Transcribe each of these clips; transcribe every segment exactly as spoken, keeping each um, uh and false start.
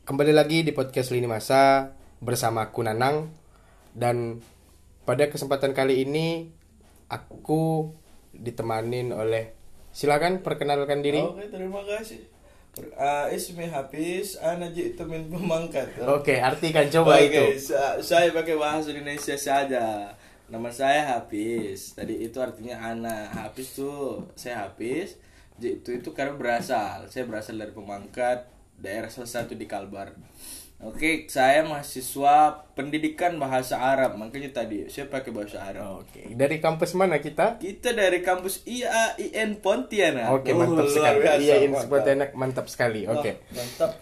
Kembali lagi di podcast Lini Masa bersama aku Nanang. Dan pada kesempatan kali ini aku ditemanin oleh, silakan perkenalkan diri. Oke, terima kasih. Uh, ismi Hafiz, ana jitu min pemangkat. Oke, artikan coba Oke, itu. sa- saya pakai bahasa Indonesia saja. Nama saya Hafiz. Tadi itu artinya ana. Hafiz tuh saya Hafiz. Jitu itu karena berasal. Saya berasal dari Pemangkat, daerah salah satu di Kalbar. Oke, saya mahasiswa pendidikan bahasa Arab. Makanya tadi saya pakai bahasa Arab. Oke, dari kampus mana kita? Kita dari kampus I A I N Pontianak. Oke, Oh, mantap luar sekali. biasa, Iya, mantap. Pontianak mantap sekali. Wah, Oke. mantap.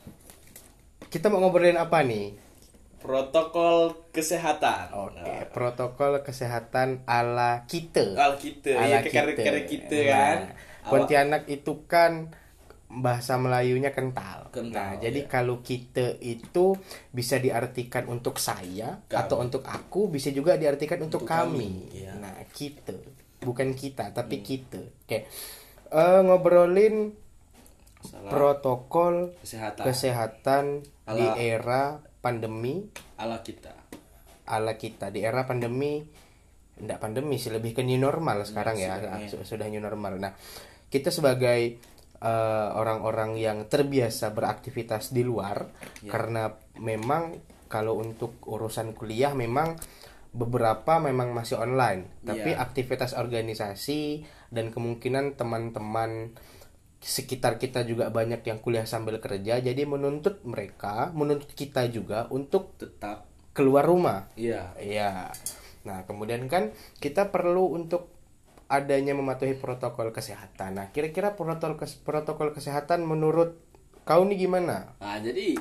Kita mau ngobrolin apa nih? Protokol kesehatan. Oke, protokol kesehatan ala kita. Kalau kita, Ala ya kekare-kare kita kan. Nah, Pontianak itu kan bahasa Melayunya kental. Kental, Nah, jadi ya. kalau kita itu bisa diartikan untuk saya Kamu. atau untuk aku, bisa juga diartikan untuk, Untuk kami. kami, ya. Nah, kita, bukan kita, tapi Hmm. kita. Oke. Eh, ngobrolin Masalah protokol kesehatan kesehatan Ala- di era pandemi ala kita. ala kita di era pandemi. Enggak pandemi sih, lebih ke new normal sekarang ya. sudah, Nah, ya. su- sudah new normal. Nah, kita sebagai eh, orang-orang yang terbiasa beraktivitas di luar, Ya. karena memang kalau untuk urusan kuliah memang beberapa memang masih online, tapi Ya. aktivitas organisasi dan kemungkinan teman-teman sekitar kita juga banyak yang kuliah sambil kerja, jadi menuntut mereka, menuntut kita juga untuk Tetap, keluar rumah. iya. Iya. Nah, kemudian kan kita perlu untuk adanya mematuhi protokol kesehatan. Nah, kira-kira protokol kes- protokol kesehatan menurut kau nih gimana? Nah, jadi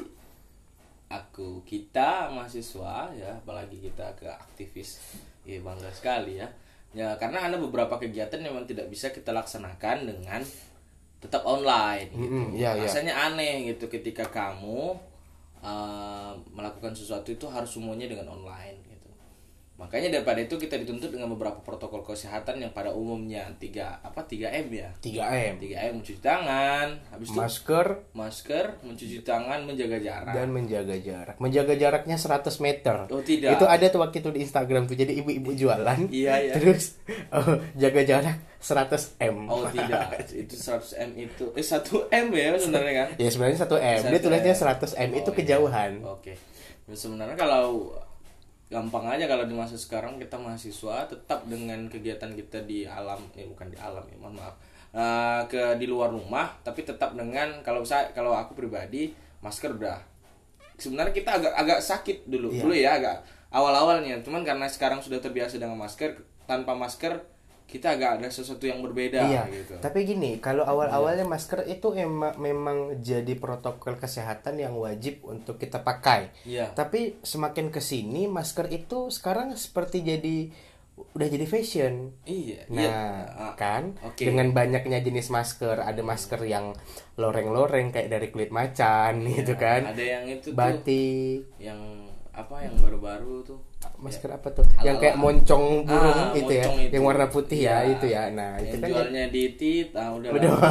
aku kita mahasiswa ya, apalagi kita ke aktivis, ya bangga sekali ya. Ya karena ada beberapa kegiatan yang memang tidak bisa kita laksanakan dengan tetap online gitu. Mm-mm, iya, iya. Rasanya aneh gitu ketika kamu uh, melakukan sesuatu itu harus semuanya dengan online gitu. Makanya daripada itu kita dituntut dengan beberapa protokol kesehatan yang pada umumnya tiga apa tiga M ya. tiga M. tiga M mencuci tangan, habis itu Masker masker, mencuci tangan, menjaga jarak. dan menjaga jarak. Menjaga jaraknya seratus meter. Oh, tidak. Itu ada tuh waktu itu di Instagram tuh. Jadi ibu-ibu jualan. Iya, iya. Terus oh, jaga jarak seratus meter. Oh tidak, itu seratus meter itu eh satu meter ya sebenarnya kan? Ya sebenarnya satu meter. Dia Satu tulisnya M. seratus meter itu Oh, iya. kejauhan. Oke. Nah, sebenarnya kalau gampang aja kalau di masa sekarang kita mahasiswa tetap dengan kegiatan kita di alam, eh bukan di alam ya, mohon maaf. Eh, ke di luar rumah tapi tetap dengan kalau saya kalau aku pribadi masker udah. Sebenarnya kita agak agak sakit dulu. Iya. Dulu ya agak awal-awalnya, cuman karena sekarang sudah terbiasa dengan masker, tanpa masker kita agak ada sesuatu yang berbeda Iya, gitu. tapi gini, kalau awal-awalnya masker itu emang memang jadi protokol kesehatan yang wajib untuk kita pakai. Iya. Tapi semakin kesini masker itu sekarang seperti jadi udah jadi fashion. Iya. Nah, iya. Ah, kan oke. dengan banyaknya jenis masker, ada masker yang loreng-loreng kayak dari kulit macan gitu kan. Ada yang itu tuh Batik, yang apa yang baru-baru tuh masker ya. apa tuh? Yang kayak Ala-ala. moncong burung Ah, itu ya, moncong itu. yang warna putih ya, Iya. itu ya. Nah, itu yang kan jualnya di tit ah udah Udah. lah.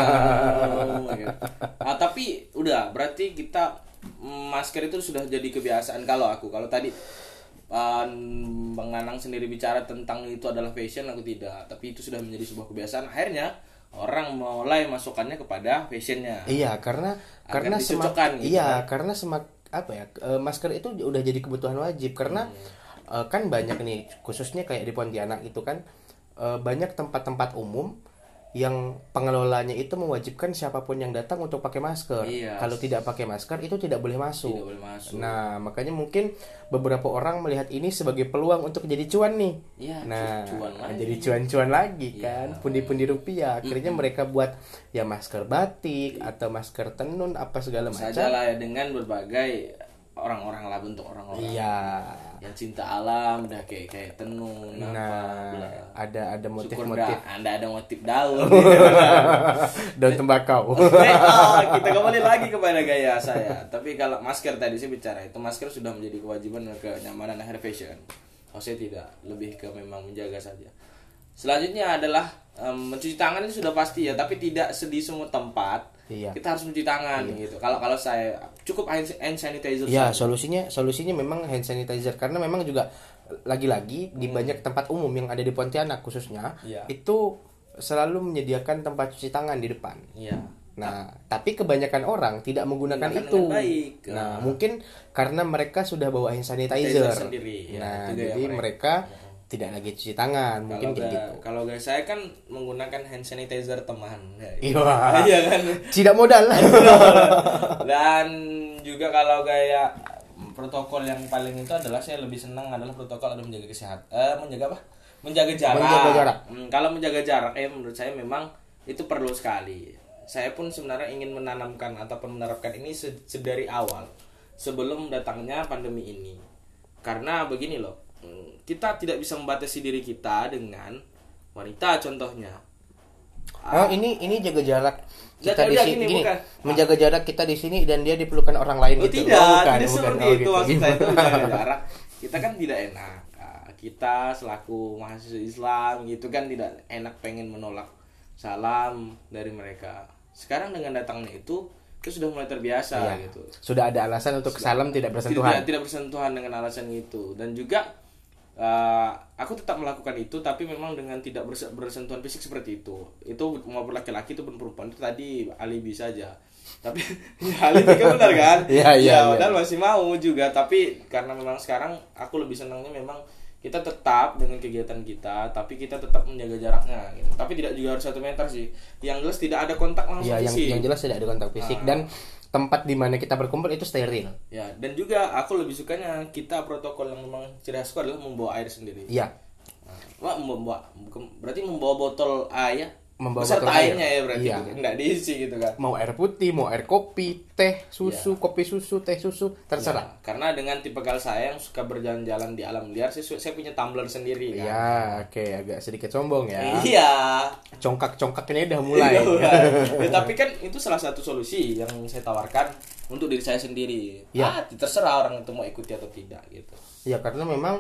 Iya. Ah, tapi udah berarti kita mm, masker itu sudah jadi kebiasaan kalau aku. Kalau tadi uh, Bang Nanang sendiri bicara tentang itu adalah fashion, aku tidak, tapi itu sudah menjadi sebuah kebiasaan. Akhirnya orang mulai masukkannya kepada fashionnya. Iya, karena Agar karena dicocokkan semak, gitu iya, kan. karena semak apa ya? e, masker itu udah jadi kebutuhan wajib karena Hmm. e, kan banyak nih, khususnya kayak di Pontianak itu kan e, banyak tempat-tempat umum yang pengelolanya itu mewajibkan siapapun yang datang untuk pakai masker. Iya. Kalau tidak pakai masker itu tidak boleh masuk. Tidak boleh masuk. Nah, makanya mungkin beberapa orang melihat ini sebagai peluang untuk jadi cuan nih. Iya, Nah, cuan lagi. jadi cuan-cuan lagi Iya. kan, pundi-pundi rupiah. Akhirnya mereka buat ya masker batik atau masker tenun apa segala macam. saja lah ya dengan berbagai orang-orang lah bentuk orang-orang. Iya. Yang cinta alam udah kayak kayak tenun Nah, apa bla. ada ada Syukur motif-motif dah, Anda ada motif daun. daun tembakau. Eh, oh, kita kembali lagi kepada gaya saya. Tapi kalau masker tadi saya bicara itu masker sudah menjadi kewajiban dan kenyamanan akhir fashion. Oh, saya tidak, lebih ke memang menjaga saja. Selanjutnya adalah um, mencuci tangan itu sudah pasti ya, tapi tidak di semua tempat Iya. kita harus mencuci tangan gitu. Kalau kalau saya cukup hand hand sanitizer. Ya, saja. solusinya solusinya memang hand sanitizer karena memang juga lagi-lagi di banyak tempat umum yang ada di Pontianak khususnya Iya. itu selalu menyediakan tempat cuci tangan di depan. Iya. Nah, tapi kebanyakan orang tidak menggunakan Menggunakan itu. dengan baik. Nah, Nah. mungkin karena mereka sudah bawa hand sanitizer. Sanitizer sendiri. Ya, Nah, itu gaya jadi mereka. mereka tidak lagi cuci tangan, mungkin Kalau kayak gak- gitu. Kalau guys saya kan menggunakan hand sanitizer teman. Ya, Iya. Iya kan. Tidak modal. Dan juga kalau gaya protokol yang paling itu adalah saya lebih senang adalah protokol adalah menjaga kesehatan. Eh, menjaga apa? Menjaga jarak. Menjaga jarak. Hmm, kalau menjaga jarak ya menurut saya memang itu perlu sekali. Saya pun sebenarnya ingin menanamkan ataupun menerapkan ini se- sedari awal sebelum datangnya pandemi ini. Karena begini loh, hmm, kita tidak bisa membatasi diri kita dengan wanita contohnya. Oh, ini ini jaga jarak kita Jaga di jarak sini ini, gini, bukan. menjaga jarak kita di sini dan dia diperlukan orang lain Oh, gitu. tidak, Oh, bukan, tidak bukan. seperti Oh, itu gitu. maksud saya itu Gimana? jaga jarak. Kita kan tidak enak. Ah, Kita selaku mahasiswa Islam gitu kan tidak enak pengen menolak salam dari mereka. Sekarang dengan datangnya itu itu sudah mulai terbiasa Iya. gitu. Sudah ada alasan untuk salam tidak bersentuhan. Tidak, tidak bersentuhan dengan alasan itu dan juga uh, aku tetap melakukan itu tapi memang dengan tidak berse- bersentuhan fisik seperti itu. Itu maupun laki-laki itu pun perempuan itu tadi alibi saja. Tapi ya, alibi kan benar kan? Iya, iya, Ya, iya. padahal masih mau juga tapi karena memang sekarang aku lebih senangnya memang kita tetap dengan kegiatan kita tapi kita tetap menjaga jaraknya gitu. Tapi tidak juga harus satu meter sih. Yang jelas tidak ada kontak langsung Iya, yang fisik. yang jelas tidak ada kontak fisik Ah. dan tempat di mana kita berkumpul itu steril. Ya, dan juga aku lebih sukanya kita protokol yang memang ciri khasku adalah membawa air sendiri. Iya. Nah, Wah, membawa bukan- berarti membawa botol air, Membawa beserta botol air. airnya ya berarti, Iya. gitu. Nggak diisi gitu kan. Mau air putih, mau air kopi, teh, susu, kopi susu, teh susu, terserah. Ya, karena dengan tipikal saya yang suka berjalan-jalan di alam liar, saya, su- saya punya tumbler sendiri kan. Ya, oke, agak sedikit sombong ya. Iya. Congkak-congkaknya udah mulai. Ya, tapi kan itu salah satu solusi yang saya tawarkan untuk diri saya sendiri. Ya. Ah, terserah orang itu mau ikuti atau tidak gitu. Ya, karena memang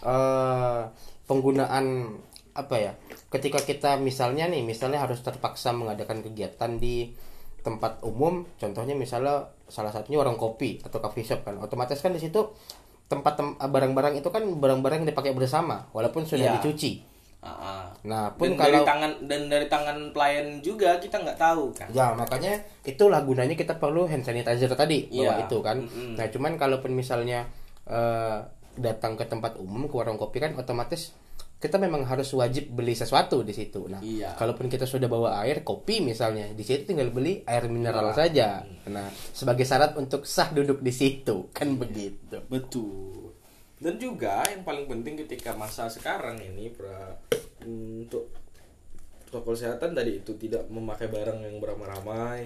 eh, penggunaan apa ya? Ketika kita misalnya nih, misalnya harus terpaksa mengadakan kegiatan di tempat umum, contohnya misalnya salah satunya warung kopi atau coffee shop kan, otomatis kan di situ tempat tem- barang-barang itu kan barang-barang yang dipakai bersama, walaupun sudah Iya. dicuci. Ah, ah. Nah, pun dan dari kalau tangan dan dari tangan pelayan juga kita nggak tahu kan. ya makanya itulah gunanya kita perlu hand sanitizer tadi bawa Iya. itu kan. Mm-mm. Nah, cuman kalaupun misalnya eh, datang ke tempat umum ke warung kopi kan otomatis kita memang harus wajib beli sesuatu di situ. Nah, Iya. kalaupun kita sudah bawa air kopi misalnya, di situ tinggal beli air mineral Mineral. saja. Nah, sebagai syarat untuk sah duduk di situ kan begitu. Betul. Dan juga yang paling penting ketika masa sekarang ini pra, untuk protokol kesehatan tadi itu tidak memakai barang yang beramai-ramai.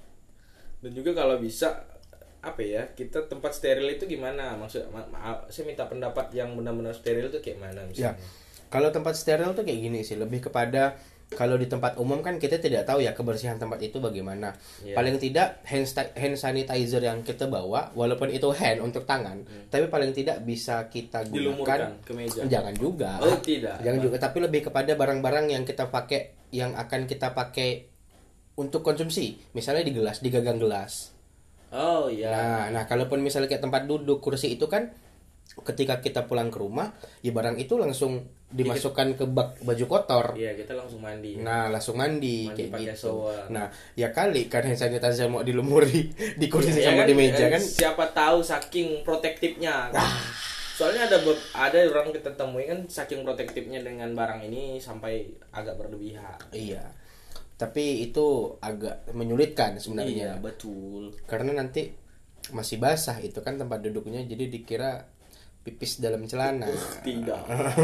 Dan juga kalau bisa apa ya, kita tempat steril itu gimana? Maksud ma- ma- saya minta pendapat yang benar-benar steril itu kayak mana Ya. misalnya. Kalau tempat steril tuh kayak gini sih, lebih kepada kalau di tempat umum kan kita tidak tahu ya kebersihan tempat itu bagaimana. Iya. Paling tidak hand, sta- hand sanitizer yang kita bawa, walaupun itu hand untuk tangan, tapi paling tidak bisa kita gunakan. Dilumurkan ke meja. Jangan juga. Oh, tidak. Jangan juga, tapi lebih kepada barang-barang yang kita pakai, yang akan kita pakai untuk konsumsi. Misalnya di gelas, di gagang gelas. Oh iya. Nah, nah kalaupun misalnya kayak tempat duduk kursi itu kan ketika kita pulang ke rumah, ya barang itu langsung dimasukkan ke bak baju kotor. Iya, kita langsung mandi. Nah, langsung mandi, Mandi kayak pakai gitu. shower. Nah, ya kali kan hand sanitizer mau dilumuri di kursi Ya sama kan, di meja eh, kan. siapa tahu saking protektifnya kan. Soalnya ada be- ada orang kita temui kan saking protektifnya dengan barang ini sampai agak berlebihan. Iya. Tapi itu agak menyulitkan sebenarnya. Iya, betul. Karena nanti masih basah itu kan tempat duduknya, jadi dikira pipis dalam celana. Tidak.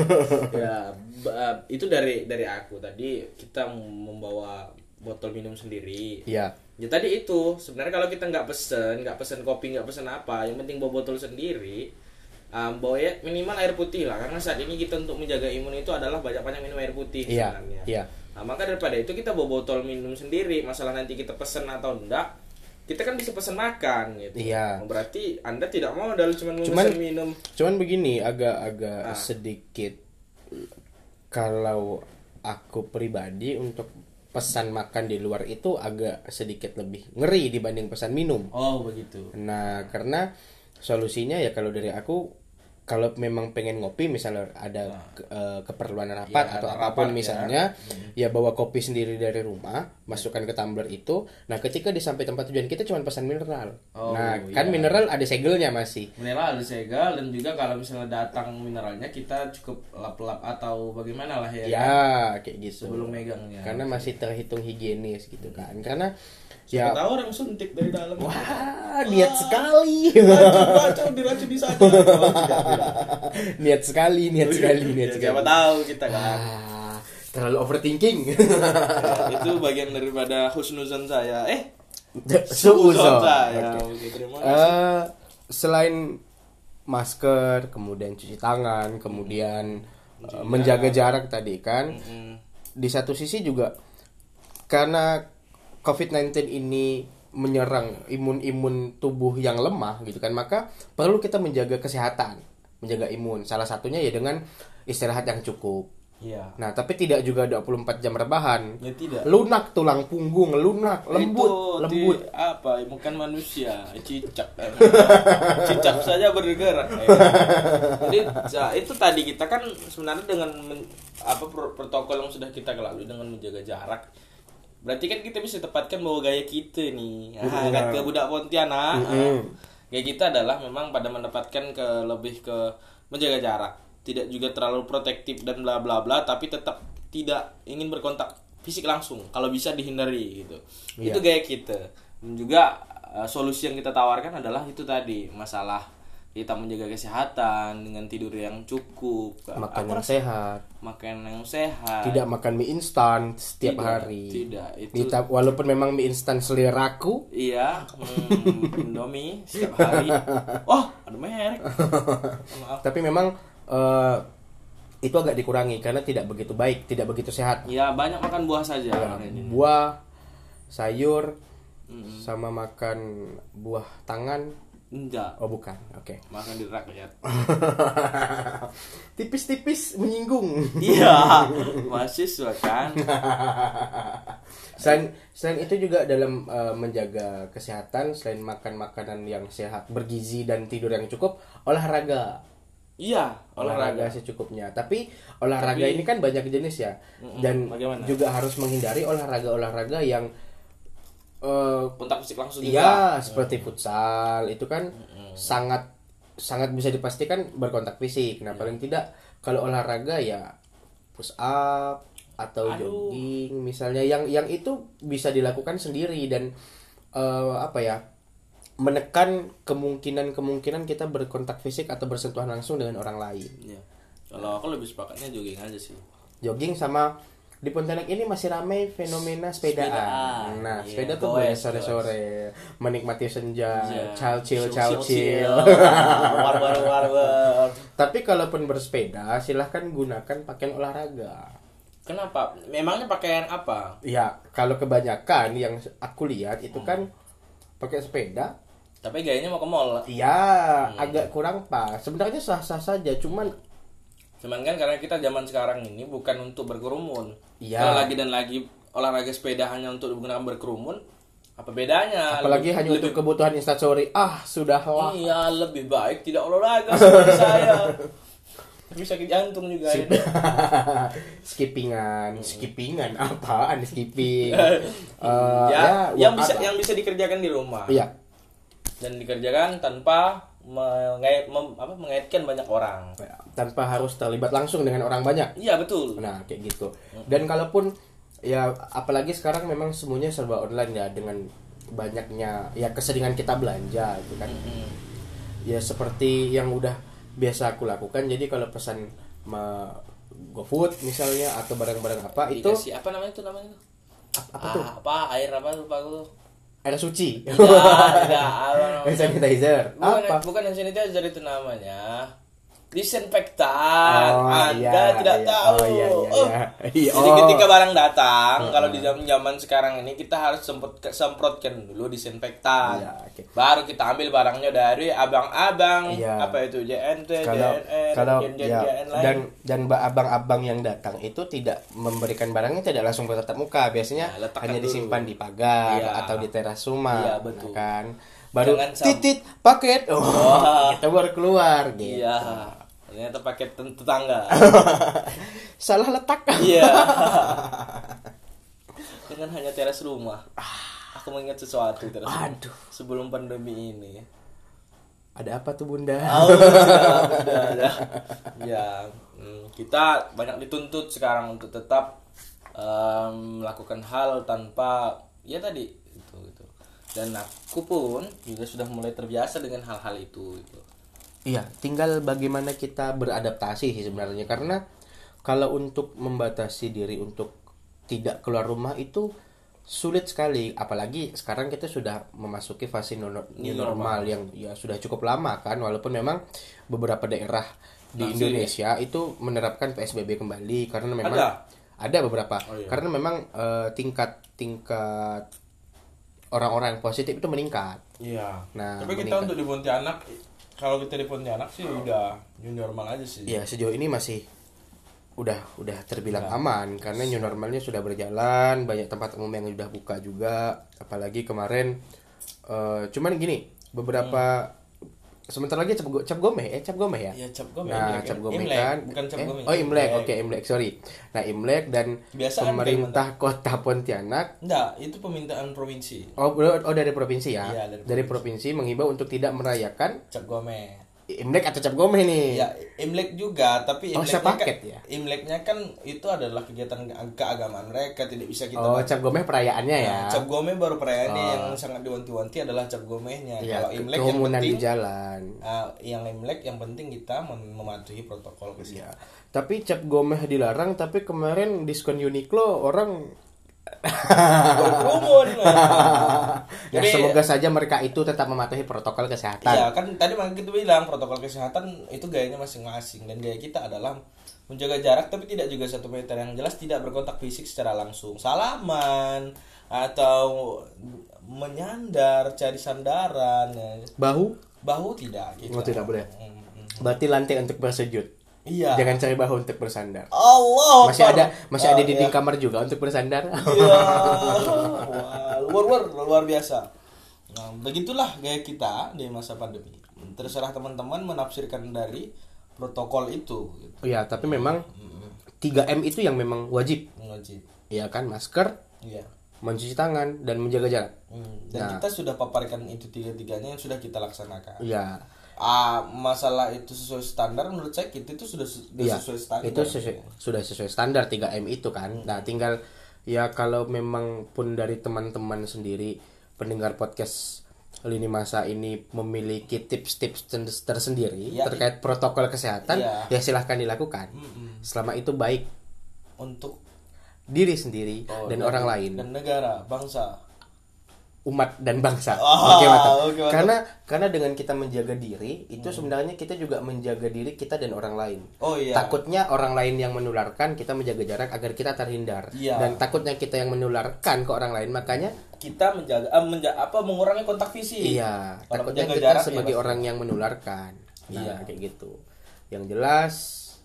Ya, ba- itu dari dari aku tadi kita membawa botol minum sendiri. Iya. Ya tadi itu sebenarnya kalau kita nggak pesen, nggak pesen kopi, nggak pesen apa, yang penting bawa botol sendiri. Um, bawa ya minimal air putih lah, karena saat ini kita untuk menjaga imun itu adalah banyak-banyak minum air putih Iya. sebenarnya. Iya. Nah, maka daripada itu kita bawa botol minum sendiri. Masalah nanti kita pesen atau enggak, kita kan bisa pesen makan gitu. Iya. Oh, berarti Anda tidak mau adalah cuma Cuman- pesen minum. Cuman begini, agak-agak Ah. sedikit kalau aku pribadi untuk pesan makan di luar itu agak sedikit lebih ngeri dibanding pesan minum. Oh begitu. Nah, karena solusinya ya kalau dari aku, kalau memang pengen ngopi misalnya ada Nah. ke- eh, keperluan rapat Ya, atau ada apapun rapat, misalnya, ya bawa kopi sendiri dari rumah, masukkan ke tumbler itu. Nah, ketika di sampai tempat tujuan kita cuma pesan mineral. Oh, Nah, kan iya. mineral ada segelnya masih. Mineral ada segel, dan juga kalau misalnya datang mineralnya kita cukup lap-lap atau bagaimana lah ya. kan? Ya, kayak gitu. Sebelum megangnya. Karena masih terhitung higienis gitu kan. Karena Siapa ya tahu orang suntik dari dalam. wah, niat sekali. Racun, diracun di sana. Oh, tidak, tidak. niat sekali, niat sekali, niat Ya, sekali. siapa tahu kita kan. Ah, terlalu overthinking. Ya, itu bagian daripada husnuzon saya. Eh, Suuzon. saya. Oke. Oke, terima kasih. Eh, selain masker, kemudian cuci tangan, kemudian eh, menjaga jarak tadi kan. Mm. Di satu sisi juga karena covid sembilan belas ini menyerang imun-imun tubuh yang lemah gitu kan, maka perlu kita menjaga kesehatan, menjaga imun. Salah satunya ya dengan istirahat yang cukup. Iya. Nah, tapi tidak juga dua puluh empat jam rebahan. Ya tidak. Lunak tulang punggung, lunak, lembut, Itu lembut. di- apa? Bukan manusia, cicak. Eh, cicak saja bergerak. Eh. Jadi ya, itu tadi kita kan sebenarnya dengan men- apa pro- protokol yang sudah kita lalui dengan menjaga jarak. Berarti kan kita bisa tepatkan bahwa gaya kita nih, ah, kata budak Pontianak, ah, gaya kita adalah memang pada mendapatkan ke lebih ke menjaga jarak, tidak juga terlalu protektif dan bla bla bla, tapi tetap tidak ingin berkontak fisik langsung, kalau bisa dihindari gitu. Iya. Itu gaya kita. Dan juga eh, solusi yang kita tawarkan adalah itu tadi, masalah kita menjaga kesehatan dengan tidur yang cukup, Makan Aku yang rasa sehat, makan yang sehat. tidak makan mie instan setiap Tidak, hari. tidak, itu- Minta- walaupun memang mie instan seleraku, Iya, hmm, Indomie setiap hari. Oh, ada merek. Maaf. tapi memang eh, itu agak dikurangi karena tidak begitu baik, tidak begitu sehat. Ya, banyak makan buah saja. Ya, makanya. buah, sayur, Mm-mm. sama makan buah tangan. Enggak, Oh bukan, oke. makan di rakyat. Tipis-tipis menyinggung. Iya, mahasiswa kan. Selain selain itu juga dalam eh, menjaga kesehatan, selain makan makanan yang sehat, bergizi dan tidur yang cukup, olahraga. Iya, Olahraga olahraga. secukupnya. Tapi olahraga Tapi- ini kan banyak jenis ya. Mm-mm, Dan bagaimana? juga harus menghindari olahraga-olahraga yang eh, Kontak fisik langsung juga. iya, seperti futsal itu kan sangat sangat bisa dipastikan berkontak fisik. Nah, paling tidak kalau olahraga ya push up atau Aduh. jogging misalnya yang yang itu bisa dilakukan sendiri dan eh, apa ya? Menekan kemungkinan-kemungkinan kita berkontak fisik atau bersentuhan langsung dengan orang lain. Iya. Kalau aku lebih sepakatnya jogging aja sih. Jogging sama di Pontianak ini masih ramai fenomena sepedaan. Sepedaan, Nah, iya. sepeda tuh Goes, boleh sore-sore menikmati senja, Iya. chill chill Chill, chill chill, chill. War war war war. Tapi kalaupun bersepeda, silahkan gunakan pakaian olahraga. Kenapa? Memangnya pakaian apa? Ya, kalau kebanyakan yang aku lihat itu kan pakai sepeda, Tapi gayanya mau ke mall. iya agak kurang pas. Sebenarnya sah-sah saja, cuman Cuman kan karena kita zaman sekarang ini bukan untuk berkerumun. Iya. Kalau lagi dan lagi olahraga sepeda hanya untuk digunakan berkerumun, apa bedanya? apalagi Lebih- hanya lebih- untuk kebutuhan instastory. Ah, sudahlah. Iya, lebih baik tidak olahraga seperti saya. Tapi sakit jantung juga ini. Skippingan, skippingan apaan skipping? ya, Eh, ya, yang workout bisa lah. yang bisa dikerjakan di rumah. Iya, Dan dikerjakan tanpa mengait, mem- apa, mengaitkan banyak orang. tanpa harus terlibat langsung dengan orang banyak. Iya, betul. Nah, kayak gitu. Dan kalaupun ya apalagi sekarang memang semuanya serba online ya dengan banyaknya ya keseringan kita belanja gitu kan. Mm-mm. Ya seperti yang udah biasa aku lakukan. Jadi kalau pesan me GoFood misalnya atau barang-barang apa itu Dikasih apa namanya itu namanya itu? apa Ah, tuh? apa air apa lupa aku. Air suci. Tidak, tidak. Apa namanya? Hand sanitizer. Bukan, Apa? bukan hand sanitizer itu namanya. disinfektan. Oh, Anda iya, tidak iya. tahu. Oh, iya, iya, Oh, iya. Iya, Jadi oh. ketika barang datang, Hmm. kalau di zaman-zaman sekarang ini kita harus semprot semprotkan dulu disinfektan. Iya, oke. Baru kita ambil barangnya dari abang-abang, Iya. apa itu J N T, Kalau J N R, kalau J N J N ya, lain. dan dan mbak abang-abang yang datang itu tidak memberikan barangnya tidak langsung bertatap muka, biasanya Ya, letakkan hanya dulu. disimpan di pagar Iya. atau di teras rumah. Iya, betul. Nah, kan baru Jangan sam- titit paket, oh, Wah. kita baru keluar gitu. Iya. Ternyata pakai tet- tetangga. Salah letak. Iya. Dengan hanya teras rumah. Aku mengingat sesuatu teras rumah. Aduh. Sebelum pandemi ini. Ada apa tuh bunda? Oh, sudah, sudah, sudah. Ya, hmm, kita banyak dituntut sekarang untuk tetap em, melakukan hal tanpa ya tadi itu itu. Dan aku pun juga sudah mulai terbiasa dengan hal-hal itu gitu. Iya, tinggal bagaimana kita beradaptasi sih sebenarnya, karena kalau untuk membatasi diri untuk tidak keluar rumah itu sulit sekali, apalagi sekarang kita sudah memasuki fase new new New normal yang ya sudah cukup lama kan, walaupun memang beberapa daerah di Masih. Indonesia itu menerapkan P S B B kembali karena memang Ada? ada beberapa Oh, iya. karena memang eh, tingkat tingkat orang-orang yang positif itu meningkat. Iya. Nah, Tapi kita meningkat. untuk di Pontianak, kalau kita di Pontianak sih udah new normal aja sih. Ya sejauh ini masih udah udah terbilang aman karena new normalnya sudah berjalan, banyak tempat umum yang sudah buka juga, apalagi kemarin eh, cuman gini beberapa sebentar lagi cap, cap gomeh eh cap gomeh ya. Iya, cap gomeh. Nah, Imlek, cap ya. gomeh Imlek, kan. bukan cap Eh, gomeh. oh, Imlek. Imlek. Oke, Imlek, sorry. Nah, Imlek dan Biasa kan pemerintah Kota Pontianak Enggak, itu permintaan provinsi. oh, oh dari provinsi ya. Iya, dari dari provinsi menghimbau untuk tidak merayakan Cap gomeh. Imlek atau cap gomeh nih. Ya, Imlek juga, tapi Oh, Imleknya sepaket kan, ya? Imleknya kan itu adalah kegiatan ke- keagamaan mereka, tidak bisa kita Oh, bahas. cap gomeh perayaannya ya. Nah, cap gomeh baru perayaannya Oh. yang sangat diwanti-wanti adalah cap gomehnya. Iya, Kalau Imlek yang kerumunan penting di jalan. ah, yang Imlek yang penting kita mem- mematuhi protokol Ya. kesehatan. Tapi cap gomeh dilarang, tapi kemarin diskon Uniqlo orang Berkerumun. ya Jadi, semoga saja mereka itu tetap mematuhi protokol kesehatan. Iya kan tadi makanya kita bilang protokol kesehatan itu gayanya masing-masing dan gaya kita adalah menjaga jarak tapi tidak juga satu meter, yang jelas tidak berkontak fisik secara langsung, salaman atau menyandar cari sandaran, Bahu bahu tidak gitu. Oh, tidak boleh. Hmm, hmm. berarti lantai untuk bersujud. Iya. Jangan cari bahu untuk bersandar. Allah Masih Akbar. ada masih ada Ah, dinding iya. kamar juga untuk bersandar. Iya. Wah, luar luar luar biasa. Nah, begitulah gaya kita di masa pandemi. Terserah teman-teman menafsirkan dari protokol itu. Gitu. Iya, tapi memang tiga M itu yang memang wajib. Wajib. Iya kan, masker, Iya. mencuci tangan dan menjaga jarak. Hmm, Dan Nah. kita sudah paparkan itu tiga-tiganya yang sudah kita laksanakan. Iya. Ah, masalah itu sesuai standar menurut saya kita itu sudah, sudah Iya, sesuai standar. itu sesuai, sudah sesuai standar tiga M itu kan. Nah, tinggal ya kalau memang pun dari teman-teman sendiri pendengar podcast Lini Masa ini memiliki tips-tips ten- tersendiri Ya, terkait protokol kesehatan, Iya. ya silahkan dilakukan. Mm-mm. Selama itu baik Untuk diri sendiri oh, dan orang lain, dan negara, bangsa. umat dan bangsa. Oh, Oke, mantap. oke, mantap. Karena karena dengan kita menjaga diri, itu sebenarnya kita juga menjaga diri kita dan orang lain. Oh iya. Takutnya orang lain yang menularkan, kita menjaga jarak agar kita terhindar. Iya. Dan takutnya kita yang menularkan ke orang lain, makanya Kita menjaga eh, menja- apa mengurangi kontak fisik. iya, Orang takutnya menjaga kita jarak ya, sebagai pasti. orang yang menularkan. Nah, Iya. kayak gitu. Yang jelas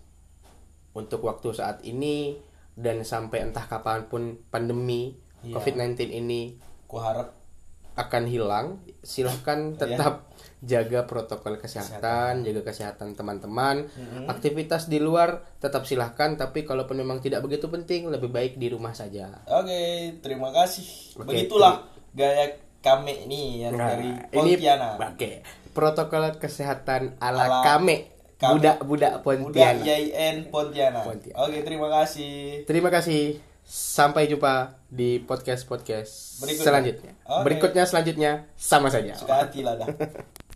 untuk waktu saat ini dan sampai entah kapanpun pandemi Iya. covid sembilan belas ini Ku harap akan hilang, silahkan tetap jaga protokol kesehatan, jaga kesehatan teman-teman. Aktivitas di luar tetap silahkan, tapi kalaupun memang tidak begitu penting, lebih baik di rumah saja. Oke, terima kasih. Oke, Begitulah gaya kami ini yang Nah, dari ini Pontianak. oke. Protokol kesehatan ala, Ala kame, kame. budak-budak Udah Pontianak. Y N Pontianak. Pontianak. Oke, terima kasih. Terima kasih. Sampai jumpa di podcast-podcast Berikutnya. selanjutnya. Oke. Berikutnya selanjutnya sama saja. Suka hati lah dah.